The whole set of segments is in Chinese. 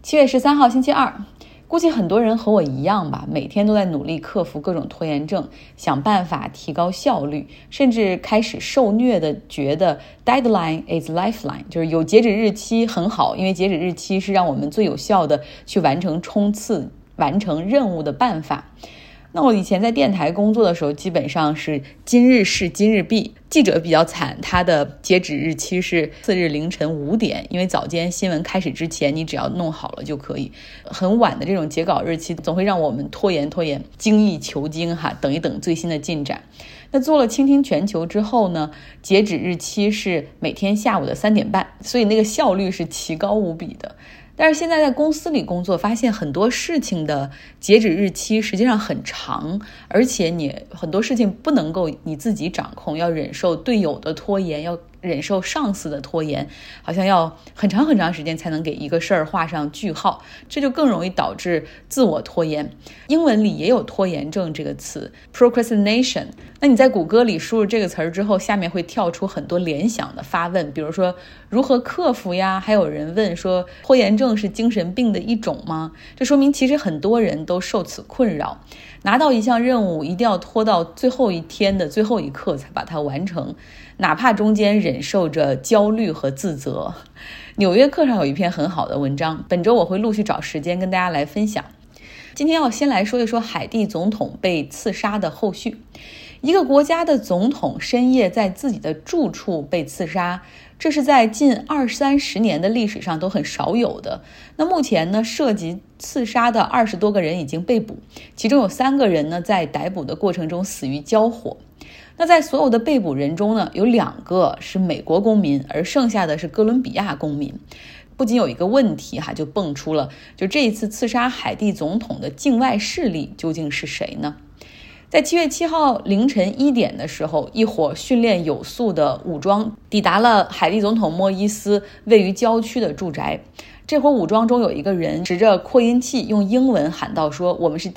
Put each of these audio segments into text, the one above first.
7月13号星期二，估计很多人和我一样吧，每天都在努力克服各种拖延症，想办法提高效率，甚至开始受虐的觉得 deadline is lifeline， 就是有截止日期很好，因为截止日期是让我们最有效的去完成冲刺、完成任务的办法。那我以前在电台工作的时候，基本上是今日事今日毕。记者比较惨，他的截止日期是次日凌晨5点，因为早间新闻开始之前，你只要弄好了就可以。很晚的这种截稿日期，总会让我们拖延，精益求精哈，等一等最新的进展。那做了倾听全球之后呢，截止日期是每天下午的3点半，所以那个效率是奇高无比的。但是现在在公司里工作，发现很多事情的截止日期实际上很长，而且你很多事情不能够你自己掌控，要忍受队友的拖延，要忍受上司的拖延，好像要很长时间才能给一个事儿画上句号，这就更容易导致自我拖延。英文里也有拖延症这个词 procrastination， 那你在谷歌里输入这个词儿之后，下面会跳出很多联想的发问，比如说如何克服呀，还有人问说拖延症是精神病的一种吗？这说明其实很多人都受此困扰，拿到一项任务一定要拖到最后一天的最后一刻才把它完成，哪怕中间忍受着焦虑和自责。纽约客上有一篇很好的文章，本周我会陆续找时间跟大家来分享。今天要先来说一说海地总统被刺杀的后续。一个国家的总统深夜在自己的住处被刺杀，这是在近20-30年的历史上都很少有的。那目前呢，涉及刺杀的20多个人已经被捕，其中有3个人呢在逮捕的过程中死于交火。那在所有的被捕人中呢，有2个是美国公民，而剩下的是哥伦比亚公民。不仅有一个问题就蹦出了，就这一次刺杀海地总统的境外势力究竟是谁呢？在7月7号凌晨1点的时候，一伙训练有素的武装抵达了海地总统莫伊斯位于郊区的住宅。这伙武装中有一个人持着扩音器用英文喊道说，我们是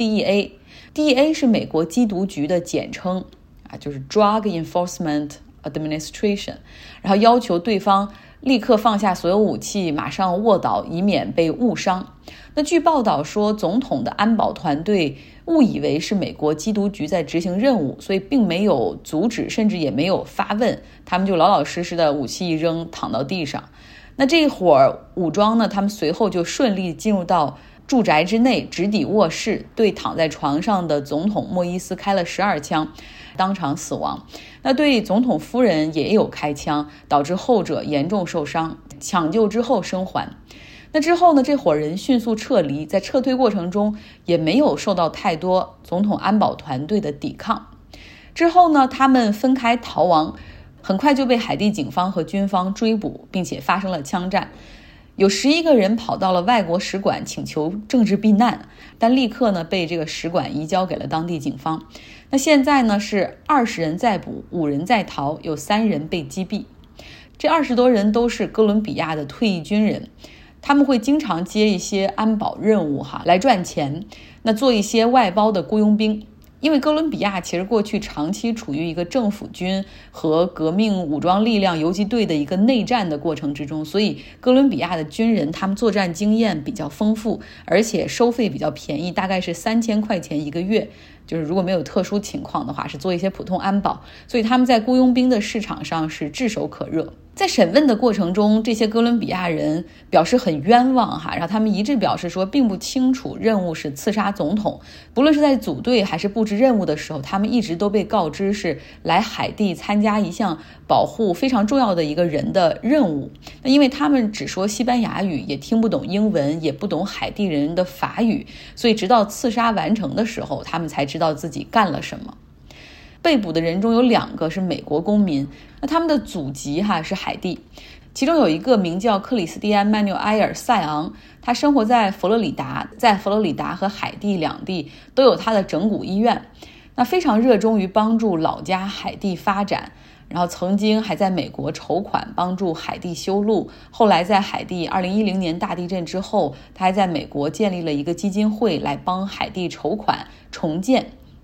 DEA。DEA 是美国缉毒局的简称就是 Drug Enforcement Administration， 然后要求对方立刻放下所有武器，马上卧倒，以免被误伤。那据报道说，总统的安保团队误以为是美国缉毒局在执行任务，所以并没有阻止，甚至也没有发问，他们就老老实实的武器一扔，躺到地上。那这伙武装呢，他们随后就顺利进入到住宅之内，直抵卧室，对躺在床上的总统莫伊斯开了12枪，当场死亡。那对总统夫人也有开枪，导致后者严重受伤，抢救之后生还。那之后呢，这伙人迅速撤离，在撤退过程中也没有受到太多总统安保团队的抵抗。之后呢，他们分开逃亡，很快就被海地警方和军方追捕，并且发生了枪战。有11个人跑到了外国使馆请求政治避难，但立刻呢被这个使馆移交给了当地警方。那现在呢是20人在捕，5人在逃，有3人被击毙。这20多人都是哥伦比亚的退役军人，他们会经常接一些安保任务来赚钱，那做一些外包的雇佣兵。因为哥伦比亚其实过去长期处于一个政府军和革命武装力量游击队的一个内战的过程之中，所以哥伦比亚的军人他们作战经验比较丰富，而且收费比较便宜，大概是3000块钱一个月，就是如果没有特殊情况的话是做一些普通安保，所以他们在雇佣兵的市场上是炙手可热。在审问的过程中，这些哥伦比亚人表示很冤枉然后他们一致表示说并不清楚任务是刺杀总统，不论是在组队还是布置任务的时候，他们一直都被告知是来海地参加一项保护非常重要的一个人的任务。那因为他们只说西班牙语，也听不懂英文，也不懂海地人的法语，所以直到刺杀完成的时候，他们才知道自己干了什么。被捕的人中有2个是美国公民，那他们的祖籍是海地，其中有一个名叫克里斯蒂安·曼纽埃尔·塞昂，他生活在佛罗里达，在佛罗里达和海地两地都有他的整骨医院，那非常热衷于帮助老家海地发展，然后曾经还在美国筹款帮助海地修路，后来在海地2010年大地震之后，他还在美国建立了一个基金会来帮海地筹款重建。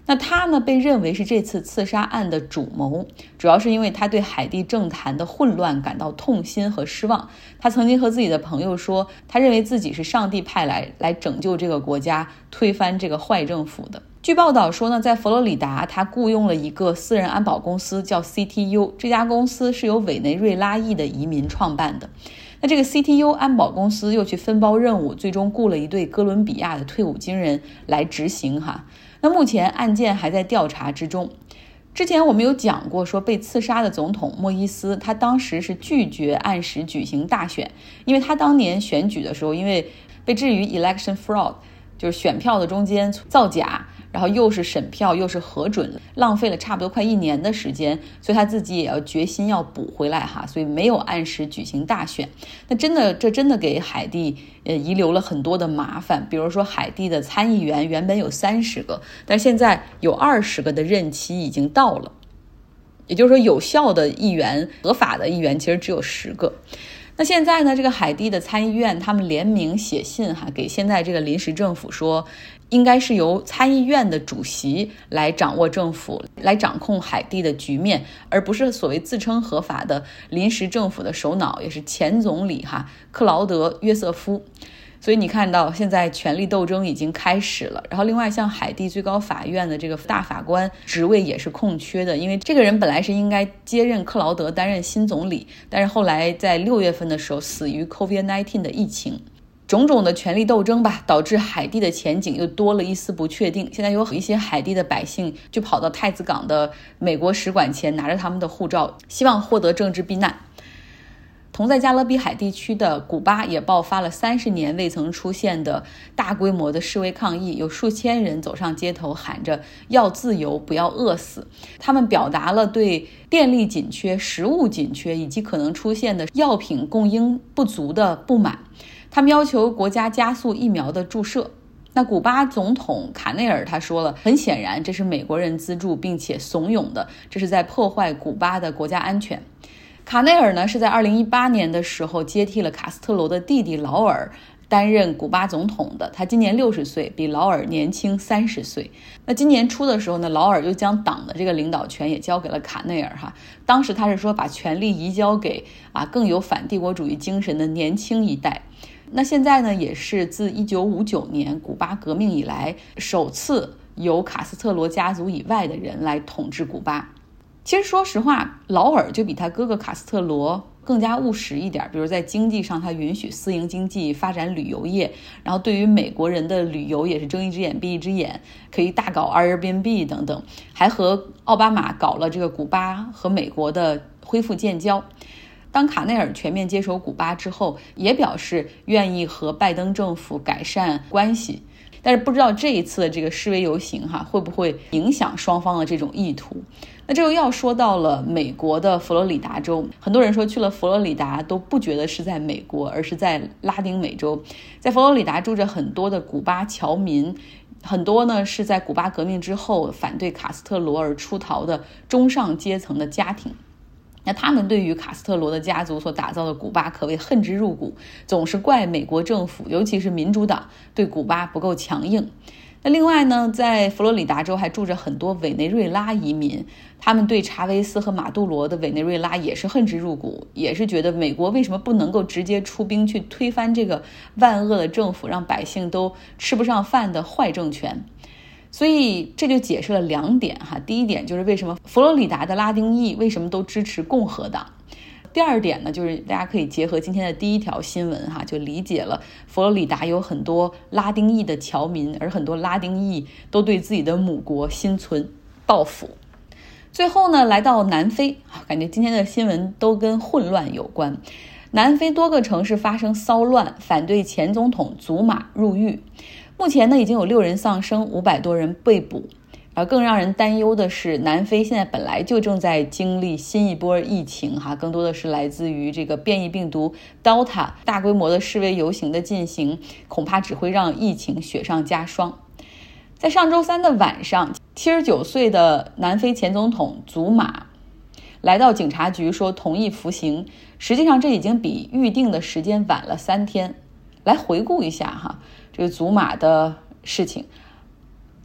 那他呢被认为是这次刺杀案的主谋，主要是因为他对海地政坛的混乱感到痛心和失望。他曾经和自己的朋友说，他认为自己是上帝派来拯救这个国家，推翻这个坏政府的。据报道说呢，在佛罗里达，他雇佣了一个私人安保公司叫 CTU， 这家公司是由委内瑞拉裔的移民创办的。那这个 CTU 安保公司又去分包任务，最终雇了一对哥伦比亚的退伍军人来执行哈。那目前案件还在调查之中。之前我们有讲过，说被刺杀的总统莫伊斯，他当时是拒绝按时举行大选，因为他当年选举的时候，因为被质疑 election fraud， 就是选票的中间造假，然后又是审票又是核准，浪费了差不多快1年的时间，所以他自己也要决心要补回来哈，所以没有按时举行大选。那这真的给海地遗留了很多的麻烦，比如说海地的参议员原本有30个，但现在有20个的任期已经到了，也就是说有效的议员、合法的议员其实只有10个。那现在呢，这个海地的参议院他们联名写信哈，给现在这个临时政府说，应该是由参议院的主席来掌握政府，来掌控海地的局面，而不是所谓自称合法的临时政府的首脑，也是前总理克劳德约瑟夫。所以你看到现在权力斗争已经开始了，然后另外像海地最高法院的这个大法官职位也是空缺的，因为这个人本来是应该接任克劳德担任新总理，但是后来在6月份的时候死于 COVID-19 的疫情。种种的权力斗争吧，导致海地的前景又多了一丝不确定。现在有一些海地的百姓就跑到太子港的美国使馆前，拿着他们的护照，希望获得政治避难。同在加勒比海地区的古巴也爆发了30年未曾出现的大规模的示威抗议，有数千人走上街头喊着要自由不要饿死。他们表达了对电力紧缺、食物紧缺以及可能出现的药品供应不足的不满。他们要求国家加速疫苗的注射。那古巴总统卡内尔他说了，很显然这是美国人资助并且怂恿的，这是在破坏古巴的国家安全。卡内尔呢是在2018年的时候接替了卡斯特罗的弟弟劳尔担任古巴总统的，他今年60岁，比劳尔年轻30岁。那今年初的时候呢，劳尔又将党的这个领导权也交给了卡内尔当时他是说把权力移交给更有反帝国主义精神的年轻一代。那现在呢，也是自1959年古巴革命以来首次由卡斯特罗家族以外的人来统治古巴。其实说实话，劳尔就比他哥哥卡斯特罗更加务实一点，比如在经济上他允许私营经济发展旅游业，然后对于美国人的旅游也是睁一只眼闭一只眼，可以大搞 Airbnb 等等，还和奥巴马搞了这个古巴和美国的恢复建交。当卡内尔全面接手古巴之后，也表示愿意和拜登政府改善关系，但是不知道这一次的这个示威游行会不会影响双方的这种意图。那这又要说到了美国的佛罗里达州，很多人说去了佛罗里达都不觉得是在美国，而是在拉丁美洲。在佛罗里达住着很多的古巴侨民，很多呢是在古巴革命之后反对卡斯特罗而出逃的中上阶层的家庭。那他们对于卡斯特罗的家族所打造的古巴可谓恨之入骨，总是怪美国政府，尤其是民主党对古巴不够强硬。那另外呢，在佛罗里达州还住着很多委内瑞拉移民，他们对查韦斯和马杜罗的委内瑞拉也是恨之入骨，也是觉得美国为什么不能够直接出兵去推翻这个万恶的政府，让百姓都吃不上饭的坏政权。所以这就解释了2点第一点就是为什么佛罗里达的拉丁裔为什么都支持共和党。第2点呢，就是大家可以结合今天的第1条新闻就理解了佛罗里达有很多拉丁裔的侨民，而很多拉丁裔都对自己的母国心存报复。最后呢，来到南非，感觉今天的新闻都跟混乱有关。南非多个城市发生骚乱，反对前总统祖马入狱。目前呢，已经有6人丧生，500多人被捕。而更让人担忧的是，南非现在本来就正在经历新一波疫情更多的是来自于这个变异病毒 Delta， 大规模的示威游行的进行，恐怕只会让疫情雪上加霜。在上周3的晚上，79岁的南非前总统祖马来到警察局说同意服刑，实际上这已经比预定的时间晚了3天。来回顾一下这个祖马的事情。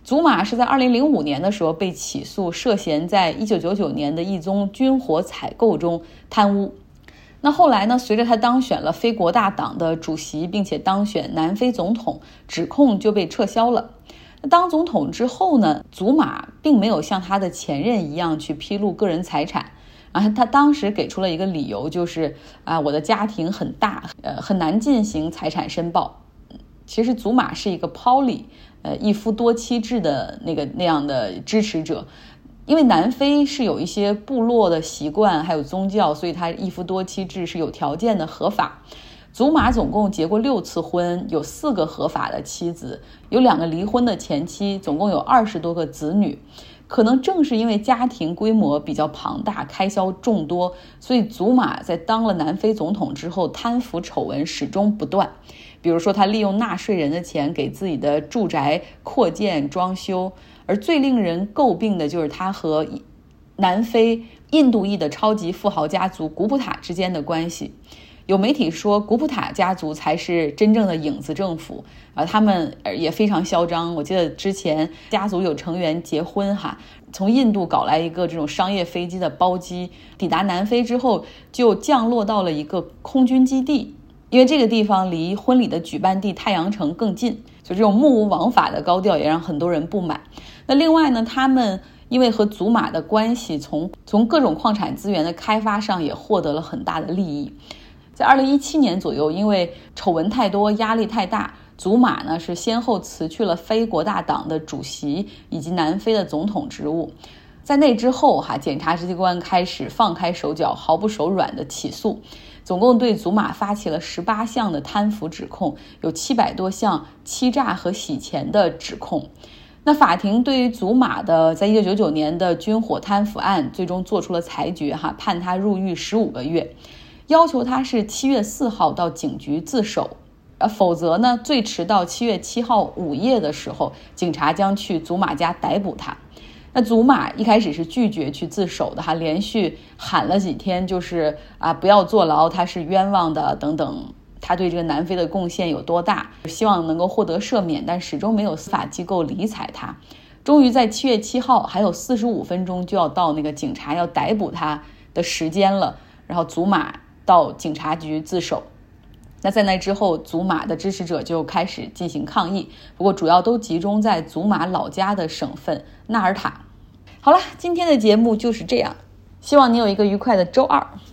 祖玛是在2005年的时候被起诉，涉嫌在1999年的一宗军火采购中贪污。那后来呢，随着他当选了非国大党的主席，并且当选南非总统，指控就被撤销了。当总统之后呢，祖玛并没有像他的前任一样去披露个人财产，他当时给出了一个理由，就是我的家庭很大，很难进行财产申报。其实祖玛是一个 poly，一夫多妻制的那样的支持者。因为南非是有一些部落的习惯还有宗教，所以他一夫多妻制是有条件的合法。祖玛总共结过6次婚，有4个合法的妻子，有2个离婚的前妻，总共有20多个子女。可能正是因为家庭规模比较庞大，开销众多，所以祖玛在当了南非总统之后，贪腐丑闻始终不断。比如说他利用纳税人的钱给自己的住宅扩建装修，而最令人诟病的就是他和南非印度裔的超级富豪家族古普塔之间的关系。有媒体说古普塔家族才是真正的影子政府，他们也非常嚣张。我记得之前家族有成员结婚从印度搞来一个这种商业飞机的包机，抵达南非之后就降落到了一个空军基地，因为这个地方离婚礼的举办地太阳城更近。就这种目无王法的高调也让很多人不满。那另外呢，他们因为和祖玛的关系，从各种矿产资源的开发上也获得了很大的利益。在2017年左右，因为丑闻太多，压力太大，祖玛呢是先后辞去了非国大党的主席以及南非的总统职务。在那之后检察机关开始放开手脚，毫不手软的起诉，总共对祖玛发起了18项的贪腐指控，有700多项欺诈和洗钱的指控。那法庭对于祖玛的在1999年的军火贪腐案最终做出了裁决判他入狱15个月，要求他是7月4号到警局自首，否则呢，最迟到7月7号午夜的时候，警察将去祖玛家逮捕他。那祖玛一开始是拒绝去自首的连续喊了几天，就是不要坐牢，他是冤枉的等等，他对这个南非的贡献有多大，希望能够获得赦免，但始终没有司法机构理睬他。终于在7月7号还有45分钟就要到那个警察要逮捕他的时间了，然后祖玛到警察局自首。那在那之后，祖玛的支持者就开始进行抗议，不过主要都集中在祖玛老家的省份纳尔塔。好了，今天的节目就是这样，希望你有一个愉快的周二。